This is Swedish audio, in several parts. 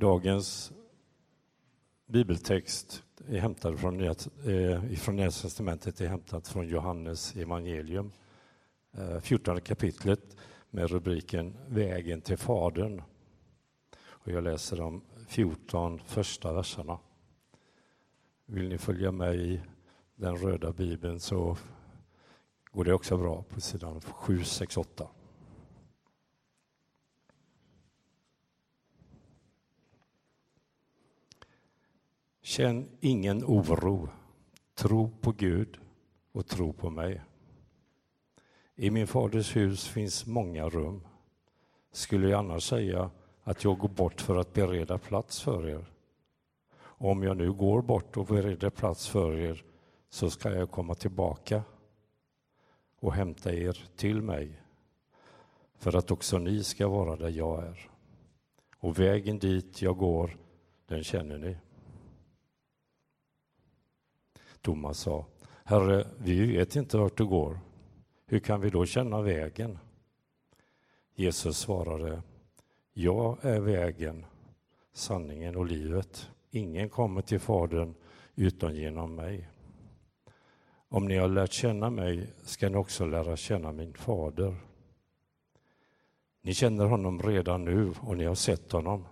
Dagens bibeltext är hämtad från Nya testamentet, är hämtat från Johannes evangelium, 14 kapitlet med rubriken Vägen till Fadern. Och jag läser de 14 första verserna. Vill ni följa med i den röda bibeln så går det också bra på sidan 768. Känn ingen oro, tro på Gud och tro på mig. I min faders hus finns många rum. Skulle jag annars säga att jag går bort för att bereda plats för er? Om jag nu går bort och bereder plats för er så ska jag komma tillbaka och hämta er till mig för att också ni ska vara där jag är. Och vägen dit jag går, den känner ni. Thomas sa, Herre, vi vet inte vart du går. Hur kan vi då känna vägen? Jesus svarade, jag är vägen, sanningen och livet. Ingen kommer till Fadern utan genom mig. Om ni har lärt känna mig ska ni också lära känna min fader. Ni känner honom redan nu och ni har sett honom.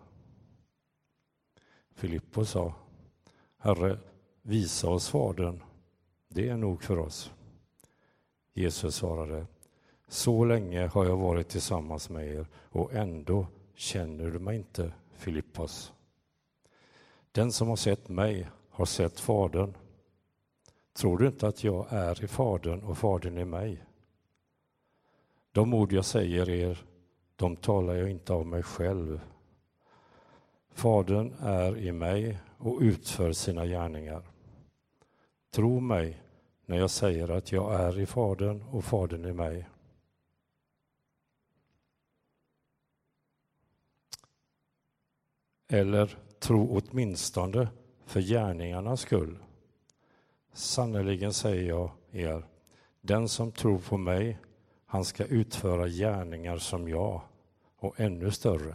Filippos sa, Herre, visa oss Fadern, det är nog för oss. Jesus svarade, så länge har jag varit tillsammans med er och ändå känner du mig inte, Filippos. Den som har sett mig har sett Fadern. Tror du inte att jag är i Fadern och Fadern i mig? De ord jag säger er, de talar jag inte av mig själv. Fadern är i mig och utför sina gärningar. Tro mig när jag säger att jag är i Fadern och Fadern i mig. Eller tro åtminstone för gärningarnas skull. Sannoliken säger jag er, den som tror på mig, han ska utföra gärningar som jag och ännu större.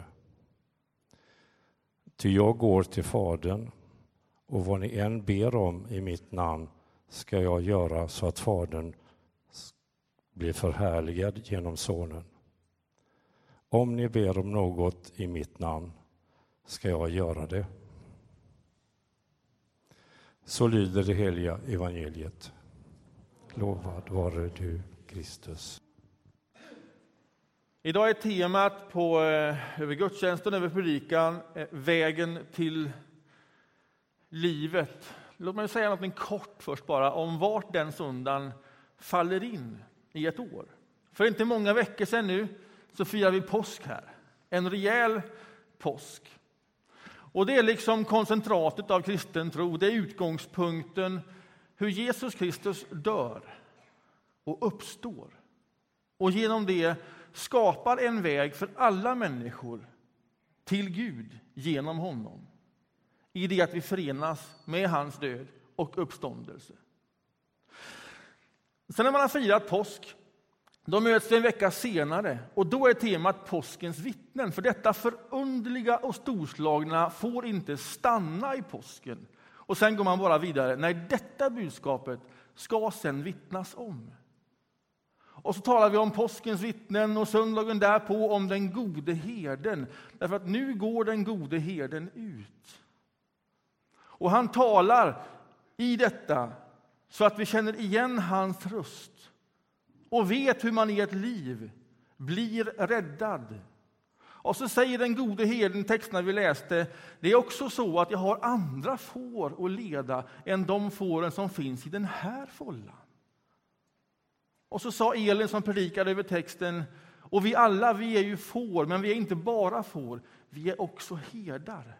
Ty jag går till Fadern och vad ni än ber om i mitt namn ska jag göra så att Fadern blir förhärligad genom Sonen. Om ni ber om något i mitt namn ska jag göra det. Så lyder det heliga evangeliet. Lovad vare du, Kristus. Idag är temat över gudstjänsten, över predikan, vägen till livet. Låt mig säga något kort först bara om vart den söndagen faller in i ett år. För inte många veckor sedan nu så firar vi påsk här. En rejäl påsk. Och det är liksom koncentratet av kristen tro. Det är utgångspunkten hur Jesus Kristus dör och uppstår. Och genom det skapar en väg för alla människor till Gud genom honom. I det att vi förenas med hans död och uppståndelse. Sen när man har firat påsk, då möts vi en vecka senare. Och då är temat påskens vittnen. För detta förunderliga och storslagna får inte stanna i påsken. Och sen går man bara vidare. Nej, detta budskapet ska sen vittnas om. Och så talar vi om påskens vittnen och söndagen därpå om den gode herden. Därför att nu går den gode herden ut. Och han talar i detta så att vi känner igen hans röst. Och vet hur man i ett liv blir räddad. Och så säger den gode herden, texterna vi läste, det är också så att jag har andra får att leda än de fåren som finns i den här follan. Och så sa Elin som predikade över texten, och vi alla, vi är ju får, men vi är inte bara får, vi är också herdar.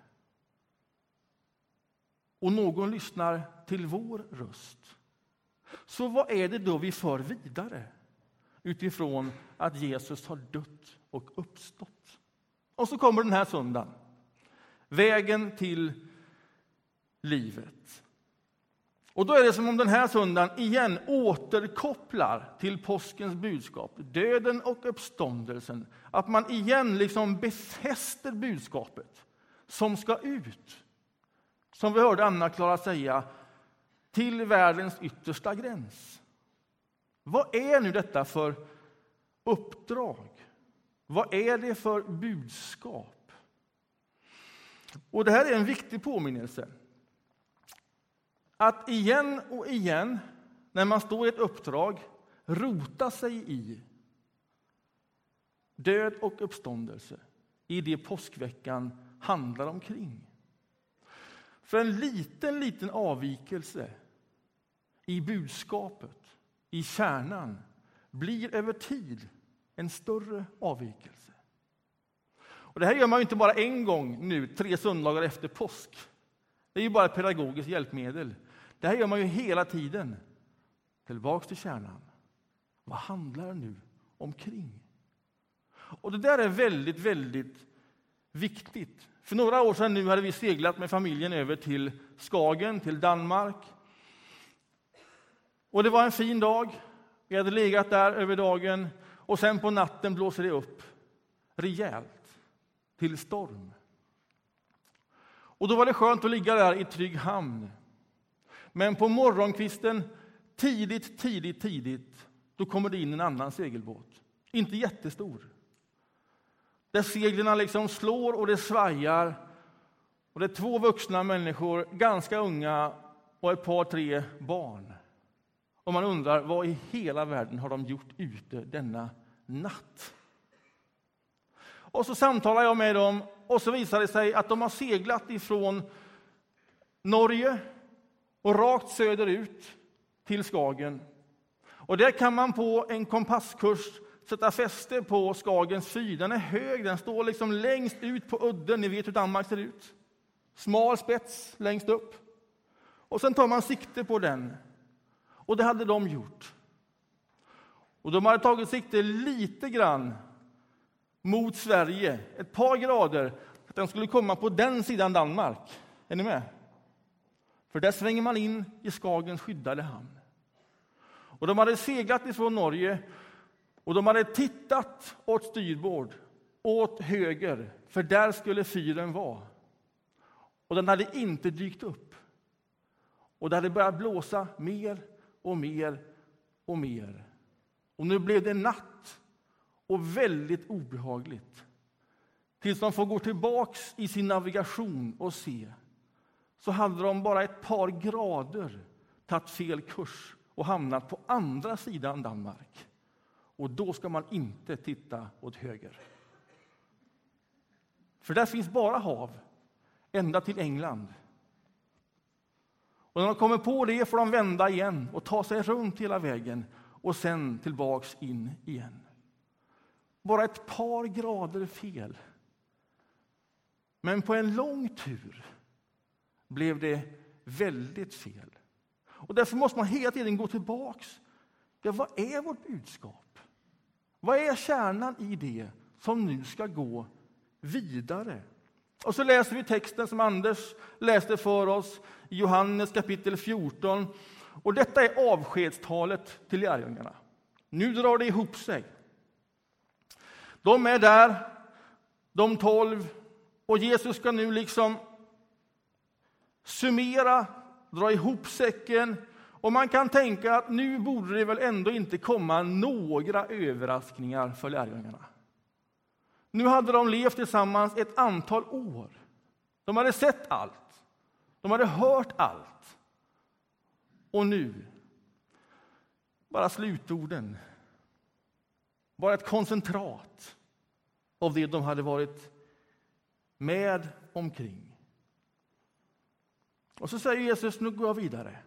Och någon lyssnar till vår röst. Så vad är det då vi för vidare? Utifrån att Jesus har dött och uppstått. Och så kommer den här söndagen. Vägen till livet. Och då är det som om den här söndagen igen återkopplar till påskens budskap. Döden och uppståndelsen. Att man igen liksom befäster budskapet. som ska ut. Som vi hörde Anna-Klara säga, till världens yttersta gräns. Vad är nu detta för uppdrag? Vad är det för budskap? Och det här är en viktig påminnelse. Att igen och igen, när man står i ett uppdrag, rota sig i död och uppståndelse, i det påskveckan handlar omkring. För en liten avvikelse i budskapet, i kärnan, blir över tid en större avvikelse. Och det här gör man ju inte bara en gång nu, 3 söndagar efter påsk. Det är ju bara ett pedagogiskt hjälpmedel. Det här gör man ju hela tiden. Tillbaks till kärnan. Vad handlar det nu omkring? Och det där är väldigt, väldigt viktigt. För några år sedan nu hade vi seglat med familjen över till Skagen, till Danmark. Och det var en fin dag. Vi hade legat där över dagen och sen på natten blåser det upp rejält till storm. Och då var det skönt att ligga där i trygg hamn. Men på morgonkvisten, tidigt, då kommer det in en annan segelbåt. Inte jättestor. Där seglarna liksom slår och det svajar. Och det är 2 vuxna människor, ganska unga, och ett par 3 barn. Och man undrar, vad i hela världen har de gjort ute denna natt? Och så samtalar jag med dem och så visar det sig att de har seglat ifrån Norge och rakt söderut till Skagen. Och där kan man på en kompasskurs sätta fäste på Skagens fyr. Den är hög, den står liksom längst ut på udden. Ni vet hur Danmark ser ut. Smal spets längst upp. Och sen tar man sikte på den. Och det hade de gjort. Och de hade tagit sikte lite grann mot Sverige. Ett par grader. Att den skulle komma på den sidan Danmark. Är ni med? För där svänger man in i Skagens skyddade hamn. Och de hade seglat ifrån Norge. Och de hade tittat åt styrbord, åt höger, för där skulle fyren vara. Och den hade inte dykt upp. Och det hade börjat blåsa mer och mer och mer. Och nu blev det natt och väldigt obehagligt. Tills de får gå tillbaks i sin navigation och se. Så hade de bara ett par grader tagit fel kurs och hamnat på andra sidan Danmark. Och då ska man inte titta åt höger. För där finns bara hav, ända till England. Och när de kommer på det får de vända igen och ta sig runt hela vägen och sen tillbaks in igen. Bara ett par grader fel. Men på en lång tur blev det väldigt fel. Och därför måste man hela tiden gå tillbaks. Ja, vad är vårt budskap? Vad är kärnan i det som nu ska gå vidare? Och så läser vi texten som Anders läste för oss i Johannes kapitel 14. Och detta är avskedstalet till lärjungarna. Nu drar det ihop sig. De är där, de 12. Och Jesus ska nu liksom summera, dra ihop säcken. Och man kan tänka att nu borde det väl ändå inte komma några överraskningar för lärjungarna. Nu hade de levt tillsammans ett antal år. De hade sett allt. De hade hört allt. Och nu, bara slutorden. Bara ett koncentrat av det de hade varit med omkring. Och så säger Jesus, nu går jag vidare.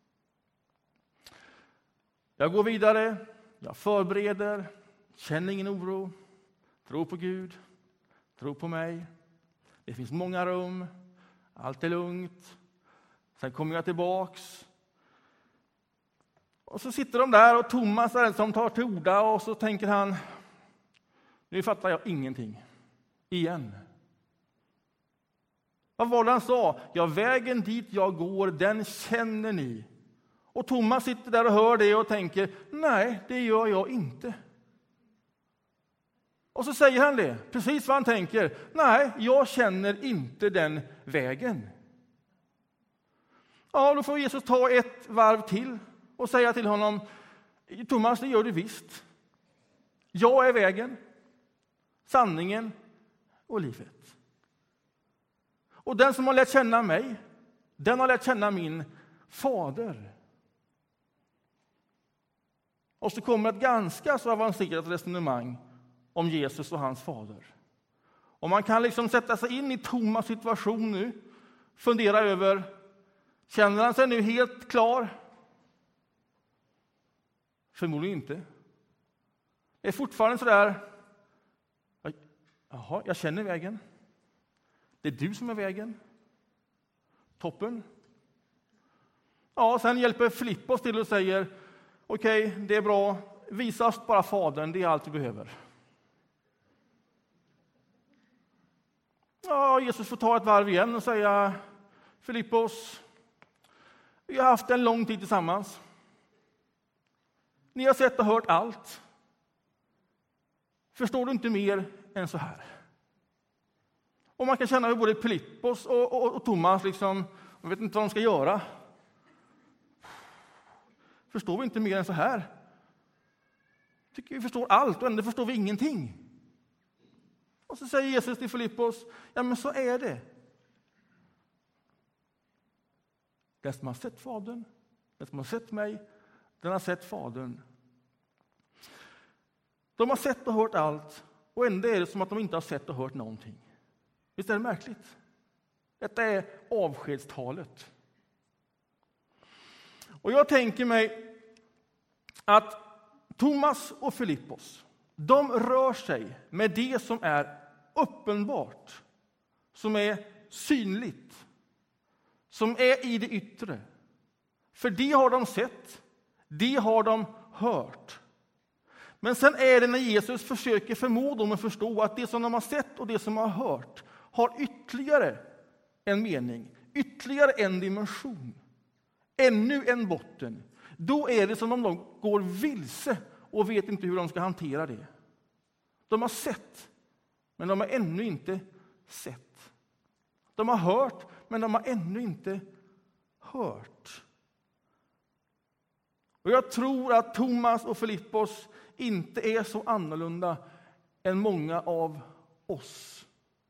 Jag går vidare, jag förbereder, känner ingen oro, tror på Gud, tror på mig. Det finns många rum, allt är lugnt. Sen kommer jag tillbaks. Och så sitter de där och Thomas är den som tar till orda och så tänker han, nu fattar jag ingenting. Igen. Vad var det han sa? Ja, vägen dit jag går, den känner ni. Och Thomas sitter där och hör det och tänker, nej, det gör jag inte. Och så säger han det, precis vad han tänker. Nej, jag känner inte den vägen. Ja, då får Jesus ta ett varv till och säga till honom: Thomas, det gör du visst. Jag är vägen, sanningen och livet. Och den som har lärt känna mig, den har lärt känna min fader. Och så kommer ett ganska så avancerat resonemang om Jesus och hans fader. Och man kan liksom sätta sig in i Thomas situation nu, fundera över, känner han sig nu helt klar? Förmodligen inte. Det är fortfarande så där, jaha, jag känner vägen. Det är du som är vägen. Toppen. Ja, sen hjälper Filippos till och säger: okej, det är bra. Visa oss bara Fadern, det är allt vi behöver. Ja, Jesus får ta ett varv igen och säga: Filippos, vi har haft en lång tid tillsammans. Ni har sett och hört allt. Förstår du inte mer än så här? Och man kan känna hur både Filippos och Thomas liksom, jag vet inte vad de ska göra. Förstår vi inte mer än så här? Tycker vi förstår allt och ändå förstår vi ingenting. Och så säger Jesus till Filippos: ja, men så är det. Den som har sett Fadern, den som har sett mig, den har sett Fadern. De har sett och hört allt, och ändå är det som att de inte har sett och hört någonting. Visst är det märkligt? Detta är avskedstalet. Och jag tänker mig att Thomas och Filippos, de rör sig med det som är uppenbart, som är synligt, som är i det yttre. För det har de sett, det har de hört. Men sen är det när Jesus försöker förmå dem att förstå att det som de har sett och det som de har hört har ytterligare en mening, ytterligare en dimension, ännu en botten. Då är det som om de går vilse och vet inte hur de ska hantera det. De har sett, men de har ännu inte sett. De har hört, men de har ännu inte hört. Och jag tror att Thomas och Filippos inte är så annorlunda än många av oss.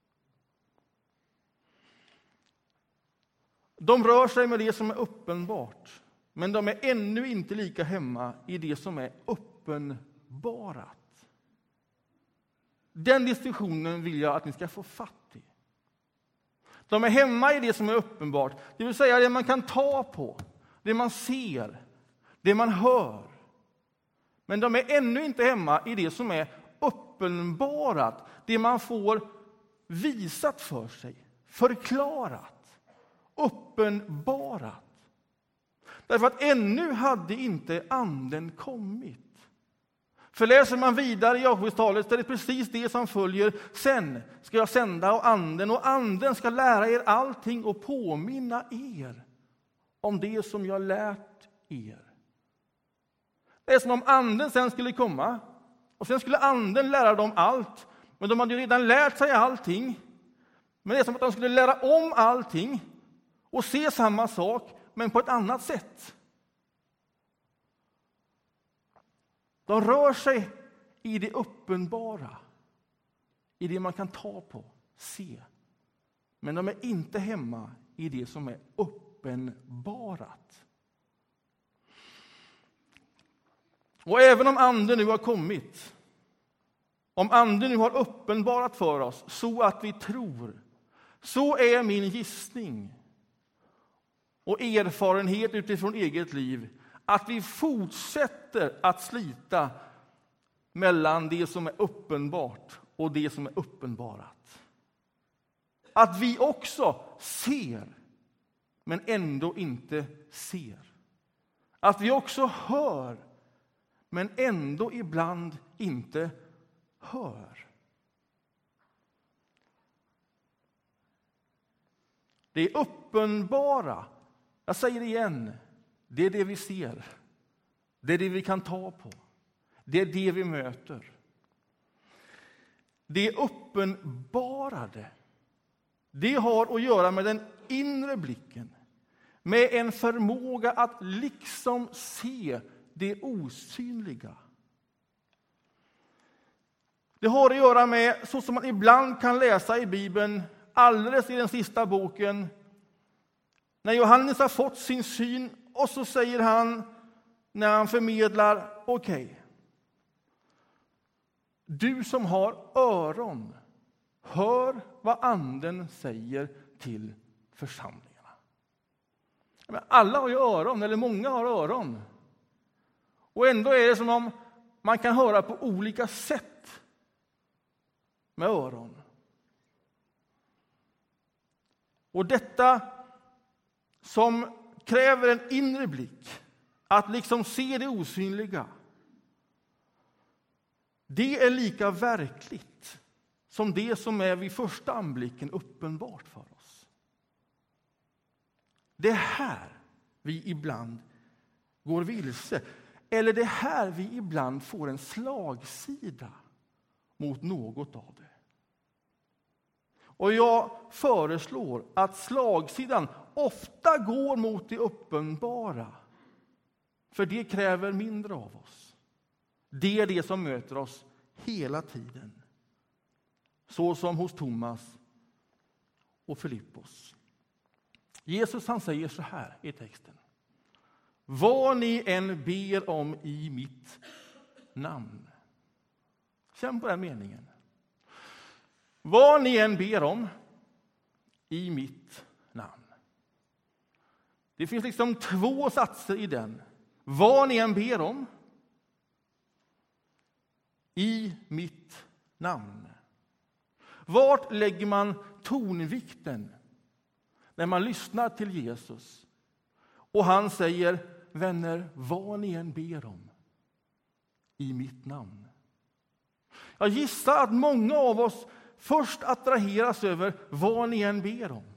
De rör sig med det som är uppenbart, men de är ännu inte lika hemma i det som är uppenbarat. Den distinktionen vill jag att ni ska få fatt i. De är hemma i det som är uppenbart, det vill säga det man kan ta på, det man ser, det man hör. Men de är ännu inte hemma i det som är uppenbarat, det man får visat för sig, förklarat, uppenbarat. Därför att ännu hade inte anden kommit. För läser man vidare i avskedstalet så är det precis det som följer. Sen ska jag sända och anden ska lära er allting och påminna er om det som jag lärt er. Det är som om anden sen skulle komma och sen skulle anden lära dem allt. Men de hade ju redan lärt sig allting. Men det är som att de skulle lära om allting och se samma sak, men på ett annat sätt. De rör sig i det uppenbara, i det man kan ta på, se. Men de är inte hemma i det som är uppenbarat. Och även om anden nu har kommit, om anden nu har uppenbarat för oss så att vi tror, så är min gissning och erfarenhet utifrån eget liv att vi fortsätter att slita mellan det som är uppenbart och det som är uppenbarat. Att vi också ser, men ändå inte ser. Att vi också hör, men ändå ibland inte hör. Det är uppenbara. Jag säger det igen. Det är det vi ser. Det är det vi kan ta på. Det är det vi möter. det uppenbarade, det har att göra med den inre blicken. Med en förmåga att liksom se det osynliga. Det har att göra med, så som man ibland kan läsa i Bibeln, alldeles i den sista boken, när Johannes har fått sin syn och så säger han, när han förmedlar, okej, du som har öron, hör vad anden säger till församlingarna. Men alla har ju öron, eller många har öron. Och ändå är det som om man kan höra på olika sätt med öron. Och detta som kräver en inre blick, att liksom se det osynliga, det är lika verkligt som det som är vid första anblicken uppenbart för oss. Det är här vi ibland går vilse. Eller det är här vi ibland får en slagsida mot något av det. Och jag föreslår att slagsidan ofta går mot det uppenbara. För det kräver mindre av oss. Det är det som möter oss hela tiden. Så som hos Thomas och Filippos. Jesus han säger så här i texten. Vad ni än ber om i mitt namn. Känn på den meningen. Vad ni än ber om i mitt namn. Det finns liksom 2 satser i den. Vad ni än ber om i mitt namn. Vart lägger man tonvikten när man lyssnar till Jesus? Och han säger, vänner, vad ni än ber om i mitt namn. Jag gissar att många av oss först attraheras över vad ni än ber om.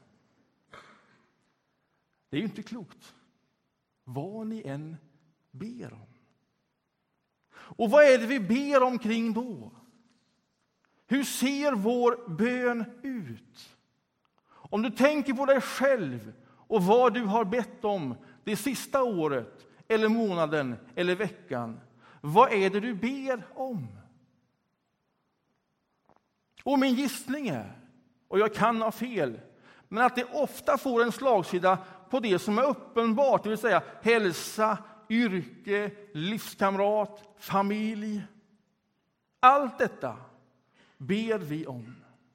Det är ju inte klokt. Vad ni än ber om. Och vad är det vi ber omkring då? Hur ser vår bön ut? Om du tänker på dig själv och vad du har bett om det sista året, eller månaden, eller veckan. Vad är det du ber om? Och min gissning är, och jag kan ha fel, men att det ofta får en slagsida på det som är uppenbart, det vill säga hälsa, yrke, livskamrat, familj. Allt detta ber vi om.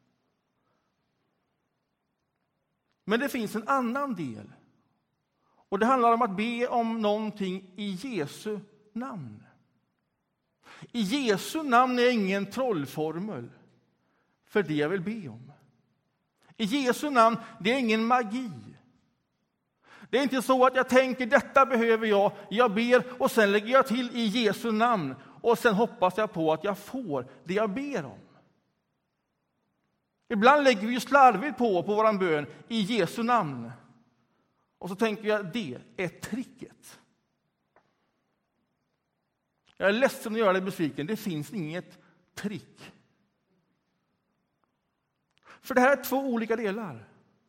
Men det finns en annan del. Och det handlar om att be om någonting i Jesu namn. I Jesu namn är ingen trollformel för det jag vill be om. I Jesu namn, det är ingen magi. Det är inte så att jag tänker, detta behöver jag ber och sen lägger jag till i Jesu namn och sen hoppas jag på att jag får det jag ber om. Ibland lägger vi ju slarvigt på våran bön i Jesu namn. Och så tänker jag, det är tricket. Jag är ledsen att göra dig besviken, det finns inget trick. För det här är 2 olika delar.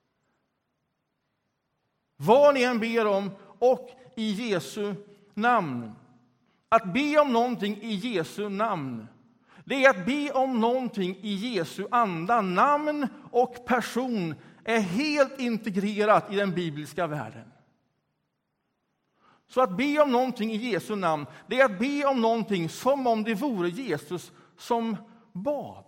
Vad ni än ber om och i Jesu namn. Att be om någonting i Jesu namn, det är att be om någonting i Jesu anda. Namn och person är helt integrerat i den bibliska världen. Så att be om någonting i Jesu namn, det är att be om någonting som om det vore Jesus som bad.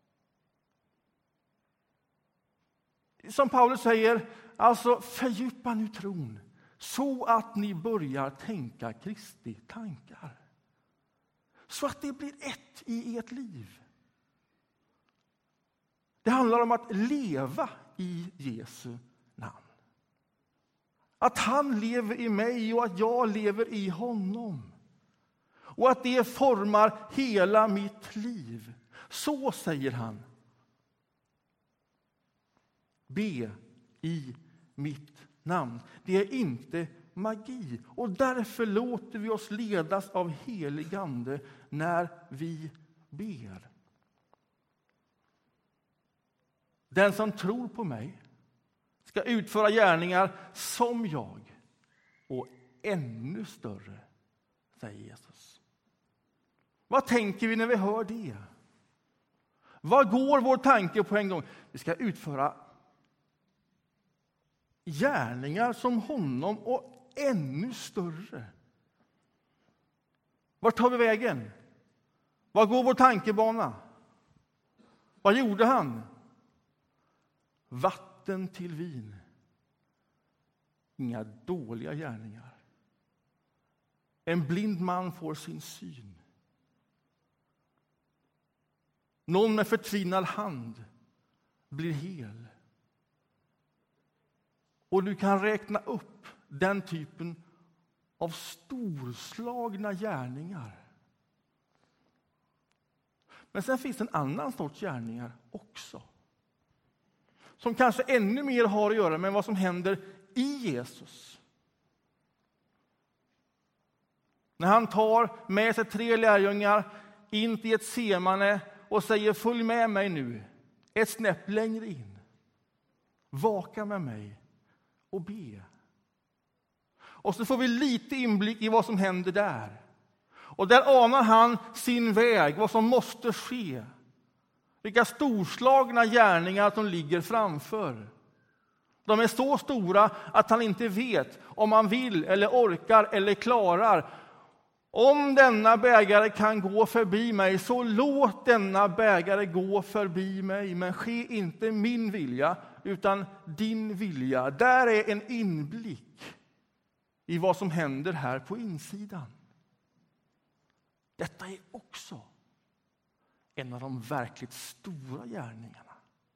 Som Paulus säger, alltså fördjupa nu tron så att ni börjar tänka Kristi tankar. Så att det blir ett i ert liv. Det handlar om att leva i Jesu namn. Att han lever i mig och att jag lever i honom. Och att det formar hela mitt liv. Så säger han. Be i mitt namn. Det är inte magi. Och därför låter vi oss ledas av helig ande när vi ber. Den som tror på mig ska utföra gärningar som jag och ännu större, säger Jesus. Vad tänker vi när vi hör det? Vad går vår tanke på en gång? Vi ska utföra gärningar som honom och ännu större. Vart tar vi vägen? Vad går vår tankebana? Vad gjorde han? Vatten till vin. Inga dåliga gärningar. En blind man får sin syn. Någon med förtvinad hand blir hel. Och du kan räkna upp den typen av storslagna gärningar. Men sen finns en annan sorts gärningar också. Som kanske ännu mer har att göra med vad som händer i Jesus. När han tar med sig 3 lärjungar in till ett Getsemane och säger: följ med mig nu, ett snäpp längre in. Vaka med mig och be. Och så får vi lite inblick i vad som händer där. Och där anar han sin väg, vad som måste ske. Vilka storslagna gärningar som ligger framför. De är så stora att han inte vet om han vill eller orkar eller klarar. Om denna bägare kan gå förbi mig, så låt denna bägare gå förbi mig. Men ske inte min vilja, utan din vilja. Där är en inblick i vad som händer här på insidan. Detta är också en av de verkligt stora gärningarna.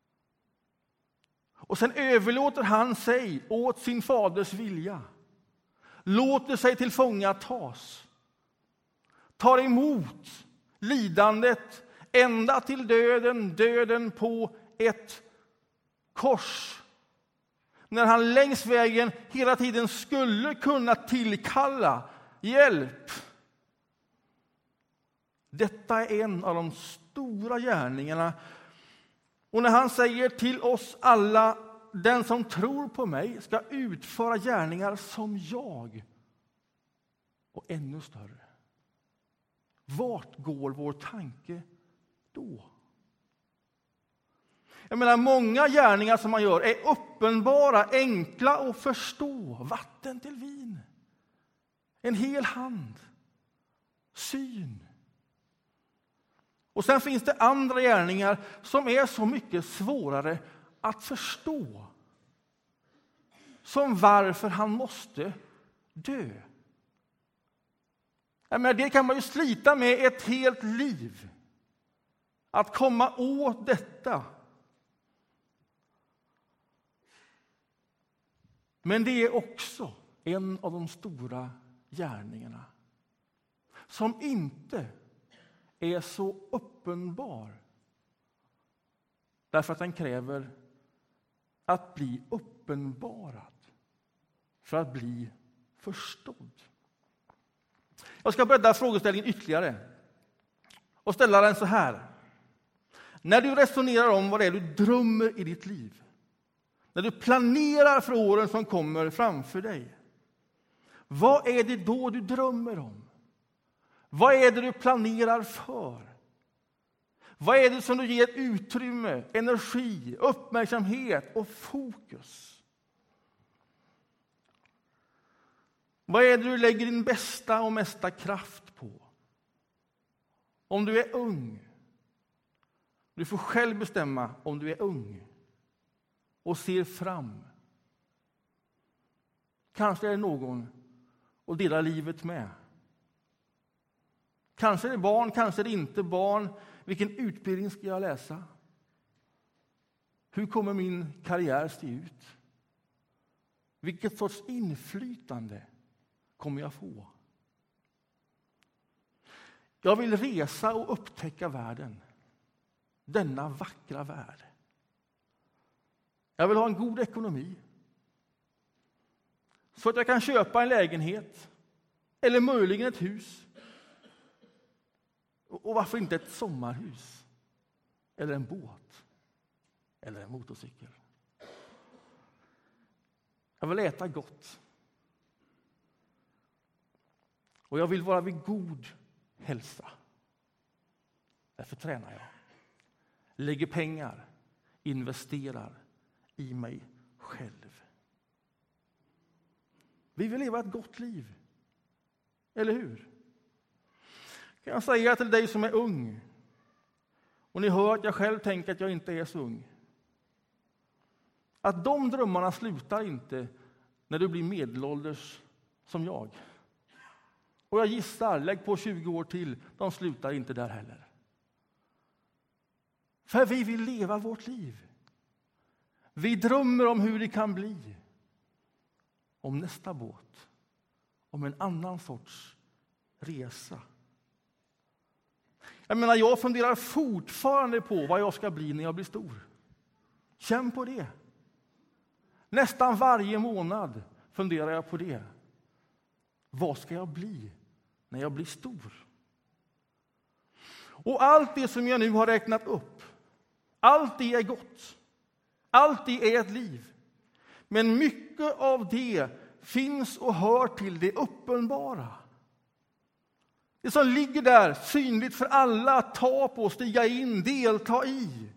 Och sen överlåter han sig åt sin faders vilja. Låter sig tillfångatas. Tar emot lidandet ända till döden, döden på ett kors. När han längs vägen hela tiden skulle kunna tillkalla hjälp. Detta är en av de stora gärningarna. Och när han säger till oss alla: den som tror på mig ska utföra gärningar som jag och ännu större. Vart går vår tanke då? Jag menar, många gärningar som man gör är uppenbara, enkla att förstå. Vatten till vin. En hel hand. Syn. Och sen finns det andra gärningar som är så mycket svårare att förstå. Som varför han måste dö. Men det kan man ju slita med ett helt liv. Att komma åt detta. Men det är också en av de stora gärningarna. Som inte är så uppenbar. Därför att den kräver att bli uppenbarad. För att bli förstådd. Jag ska bredda frågeställningen ytterligare. Och ställa den så här. När du resonerar om vad det är du drömmer i ditt liv. När du planerar för åren som kommer framför dig. Vad är det då du drömmer om? Vad är det du planerar för? Vad är det som du ger utrymme, energi, uppmärksamhet och fokus? Vad är det du lägger din bästa och mesta kraft på? Om du är ung. Du får själv bestämma om du är ung. Och ser fram. Kanske är det någon att dela livet med. Kanske är det barn, kanske är det inte barn. Vilken utbildning ska jag läsa? Hur kommer min karriär se ut? Vilket sorts inflytande kommer jag få? Jag vill resa och upptäcka världen. Denna vackra värld. Jag vill ha en god ekonomi. Så att jag kan köpa en lägenhet. Eller möjligen ett hus. Och varför inte ett sommarhus? Eller en båt? eller en motorcykel. Jag vill äta gott. Och jag vill vara vid god hälsa. Därför tränar jag. Lägger pengar, investerar i mig själv. Vi vill leva ett gott liv. Eller hur? Kan jag säga till dig som är ung, och ni hör att jag själv tänker att jag inte är så ung, att de drömmarna slutar inte när du blir medelålders som jag. Och jag gissar, lägg på 20 år till, de slutar inte där heller. För vi vill leva vårt liv. Vi drömmer om hur det kan bli. Om nästa båt. Om en annan sorts resa. Jag funderar fortfarande på vad jag ska bli när jag blir stor. Känn på det. Nästan varje månad funderar jag på det. Vad ska jag bli när jag blir stor? Och allt det som jag nu har räknat upp, allt det är gott. Allt det är ett liv. Men mycket av det finns och hör till det uppenbara. Det som ligger där, synligt för alla att ta på, stiga in, delta i.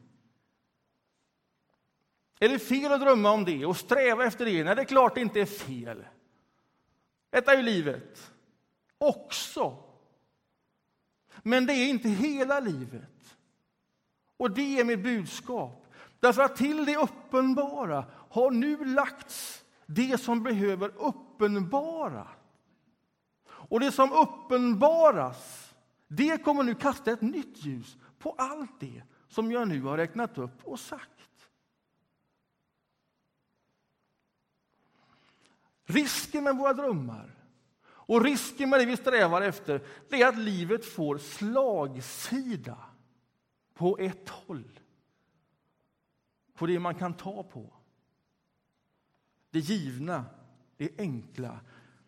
Är det fel att drömma om det och sträva efter det? Nej, det är klart det inte är fel. Detta är ju livet. Också. Men det är inte hela livet. Och det är mitt budskap. Därför att till det uppenbara har nu lagts det som behöver uppenbara. Och det som uppenbaras, det kommer nu kasta ett nytt ljus på allt det som jag nu har räknat upp och sagt. Risken med våra drömmar och risken med det vi strävar efter, det är att livet får slagsida på ett håll. På det man kan ta på. Det givna, det enkla.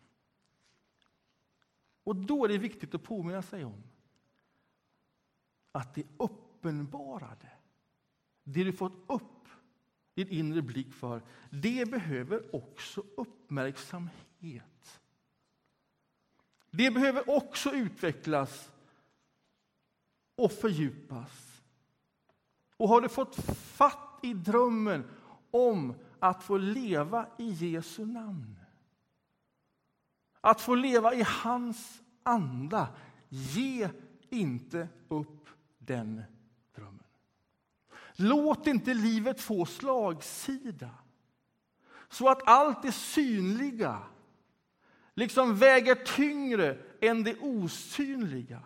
Och då är det viktigt att påminna sig om att det uppenbarade, det du fått upp din inre blick för, det behöver också uppmärksamhet. Det behöver också utvecklas och fördjupas. Och har du fått fatt i drömmen om att få leva i Jesu namn, att få leva i hans anda, ge inte upp den drömmen. Låt inte livet få slagsida så att allt det synliga liksom väger tyngre än det osynliga.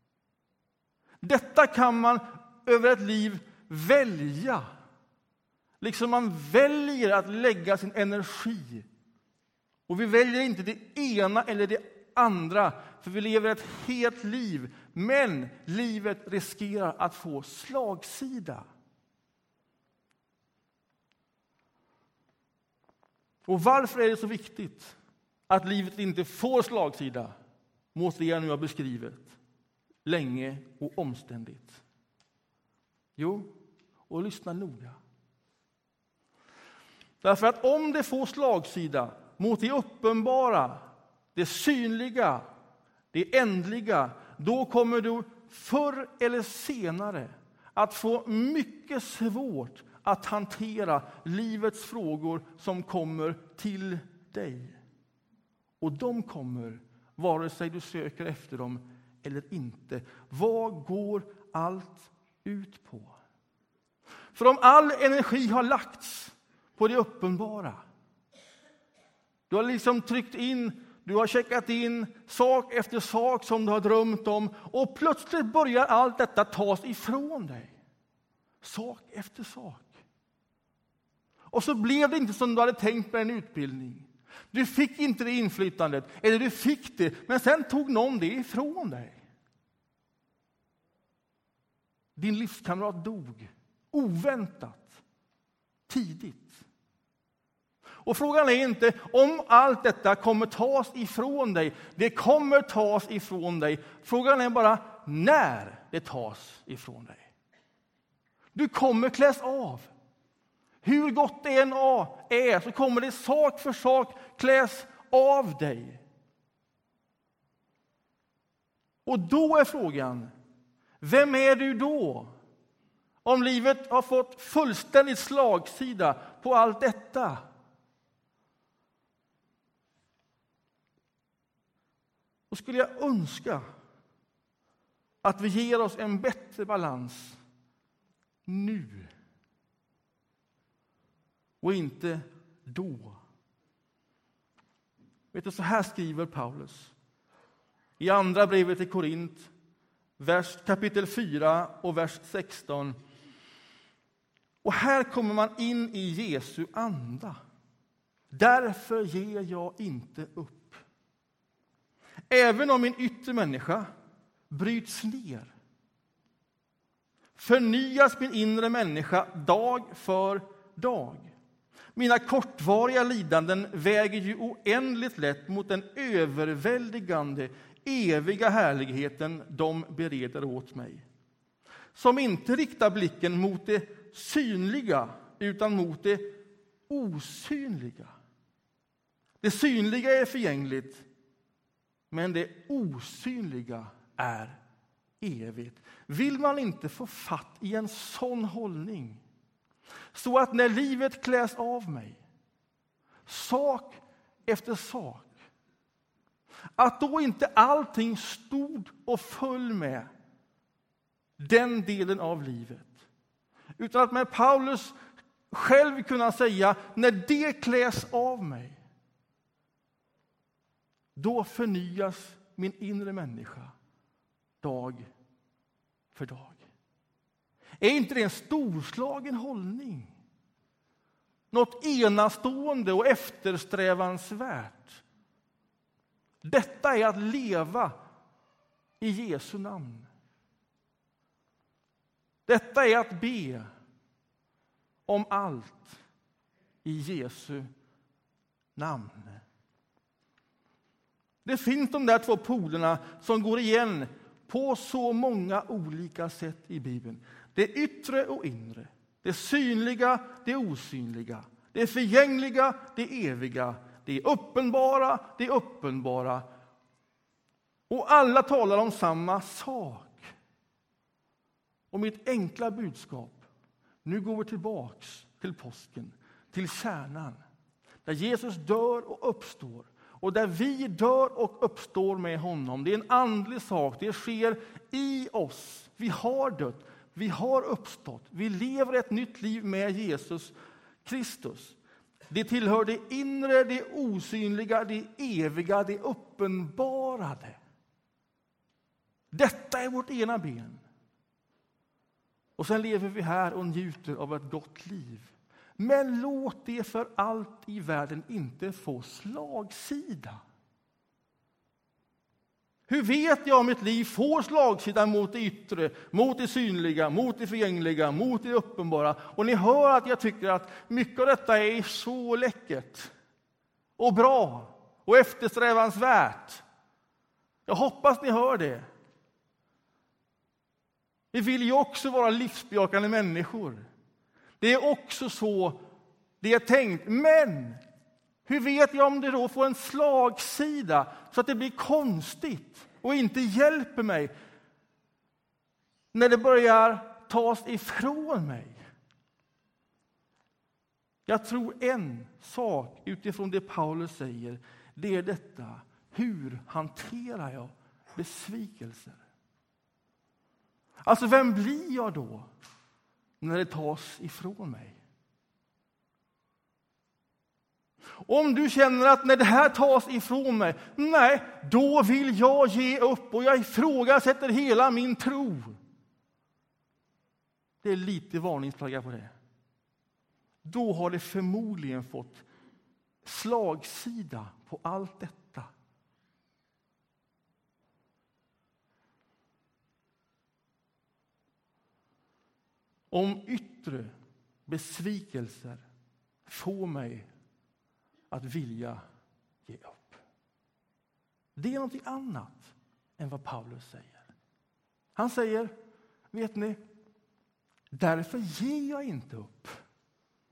Detta kan man över ett liv välja. Liksom man väljer att lägga sin energi. Och vi väljer inte det ena eller det andra, för vi lever ett helt liv. Men livet riskerar att få slagsida. Och varför är det så viktigt att livet inte får slagsida? Måste jag nu ha beskrivit länge och omständigt. Jo, och lyssna noga. Därför att om det får slagsida mot det uppenbara, det synliga, det ändliga, då kommer du förr eller senare att få mycket svårt att hantera livets frågor som kommer till dig. Och de kommer, vare sig du söker efter dem eller inte. Vad går allt ut på? För om all energi har lagts på det uppenbara, du har liksom tryckt in, du har checkat in sak efter sak som du har drömt om, och plötsligt börjar allt detta tas ifrån dig. Sak efter sak. Och så blev det inte som du hade tänkt med en utbildning. Du fick inte det inflytandet, eller du fick det, men sen tog någon det ifrån dig. Din livskamrat dog oväntat, tidigt. Och frågan är inte om allt detta kommer tas ifrån dig. Det kommer tas ifrån dig. Frågan är bara när det tas ifrån dig. Du kommer kläs av. Hur gott det än är så kommer det sak för sak kläs av dig. Och då är frågan, vem är du då? Om livet har fått fullständigt slagsida på allt detta. Då skulle jag önska att vi ger oss en bättre balans nu. Och inte då. Vet du, så här skriver Paulus. I andra brevet till Korint, kapitel 4 och vers 16. Och här kommer man in i Jesu anda. Därför ger jag inte upp. Även om min yttre människa bryts ner, förnyas min inre människa dag för dag. Mina kortvariga lidanden väger ju oändligt lätt mot den överväldigande, eviga härligheten de bereder åt mig. Som inte riktar blicken mot det synliga, utan mot det osynliga. Det synliga är förgängligt, men det osynliga är evigt. Vill man inte få fatt i en sån hållning, så att när livet kläs av mig, sak efter sak, att då inte allting stod och föll med den delen av livet, utan att med Paulus själv kunna säga, när det kläs av mig, då förnyas min inre människa dag för dag. Är inte det en storslagen hållning? Något enastående och eftersträvansvärt. Detta är att leva i Jesu namn. Detta är att be om allt i Jesu namn. Det finns de där två polerna som går igen på så många olika sätt i Bibeln. Det yttre och inre. Det synliga, det osynliga. Det förgängliga, det eviga. Det uppenbara. Och alla talar om samma sak. Och mitt enkla budskap, nu går vi tillbaks till påsken, till kärnan. Där Jesus dör och uppstår. Och där vi dör och uppstår med honom. Det är en andlig sak. Det sker i oss. Vi har dött. Vi har uppstått. Vi lever ett nytt liv med Jesus Kristus. Det tillhör det inre, det osynliga, det eviga, det uppenbarade. Detta är vårt ena ben. Och sen lever vi här och njuter av ett gott liv. Men låt det för allt i världen inte få slagsida. Hur vet jag om mitt liv får slagsida mot det yttre, mot det synliga, mot det förgängliga, mot det uppenbara? Och ni hör att jag tycker att mycket av detta är så läckert och bra och eftersträvansvärt. Jag hoppas ni hör det. Vi vill ju också vara livsbejakande människor. Det är också så det är tänkt. Men hur vet jag om det då får en slagsida så att det blir konstigt och inte hjälper mig när det börjar tas ifrån mig? Jag tror en sak utifrån det Paulus säger, det är detta: hur hanterar jag besvikelser? Alltså, vem blir jag då när det tas ifrån mig? Om du känner att när det här tas ifrån mig, nej, då vill jag ge upp och jag ifrågasätter hela min tro. Det är lite varningsflagga på det. Då har det förmodligen fått slagsida på allt detta. Om yttre besvikelser får mig att vilja ge upp. Det är något annat än vad Paulus säger. Han säger, vet ni, därför ger jag inte upp.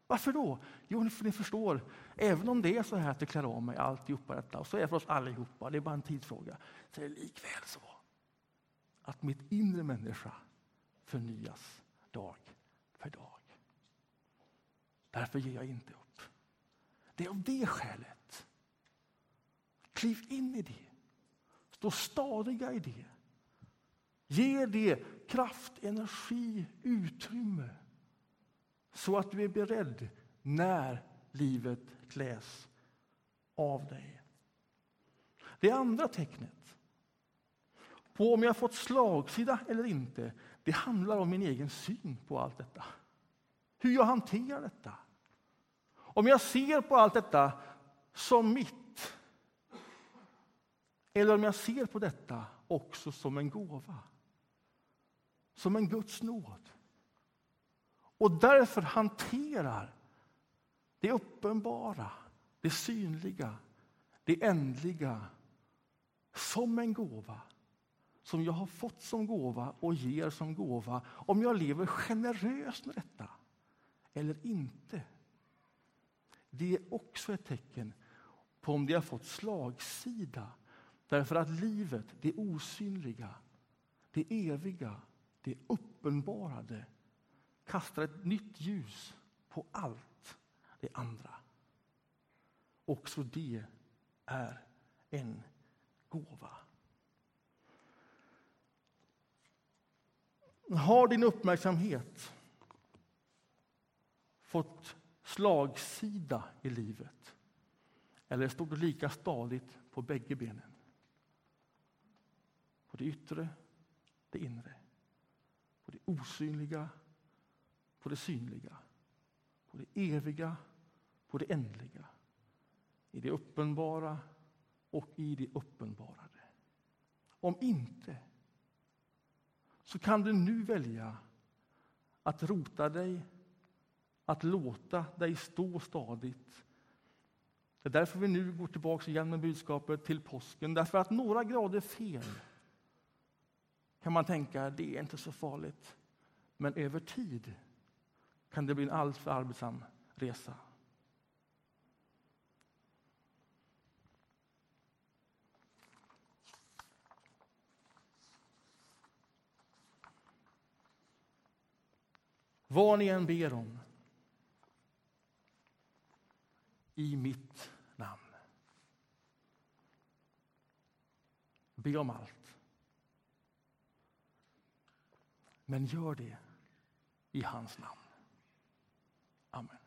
Varför då? Jo, för ni förstår, även om det är så här att det klär av mig alltihopa detta, och så är det för oss allihopa, det är bara en tidsfråga, så är det likväl så att mitt inre människa förnyas dag för dag. Därför ger jag inte upp. Det är av det skälet. Kliv in i det. Stå stadiga i det. Ge det kraft, energi, utrymme. Så att du är beredd när livet kläs av dig. Det andra tecknet på om jag fått slagsida eller inte, det handlar om min egen syn på allt detta. Hur jag hanterar detta. Om jag ser på allt detta som mitt. Eller om jag ser på detta också som en gåva. Som en Guds nåd. Och därför hanterar det uppenbara, det synliga, det ändliga som en gåva. Som jag har fått som gåva och ger som gåva. Om jag lever generöst med detta eller inte. Det är också ett tecken på om det har fått slagsida. Därför att livet, det osynliga, det eviga, det uppenbarade kastar ett nytt ljus på allt det andra. Också det är en gåva. Har din uppmärksamhet fått slagsida i livet? Eller står du lika stadigt på bägge benen? På det yttre, det inre. På det osynliga, på det synliga. På det eviga, på det ändliga. I det uppenbara och i det uppenbarade. Om inte, så kan du nu välja att rota dig, att låta dig stå stadigt. Det är därför vi nu går tillbaka igen med budskapet till påsken. Därför att några grader fel kan man tänka, det är inte så farligt. Men över tid kan det bli en alltför arbetsam resa. Vad ni än ber om i mitt namn. Be om allt. Men gör det i hans namn. Amen.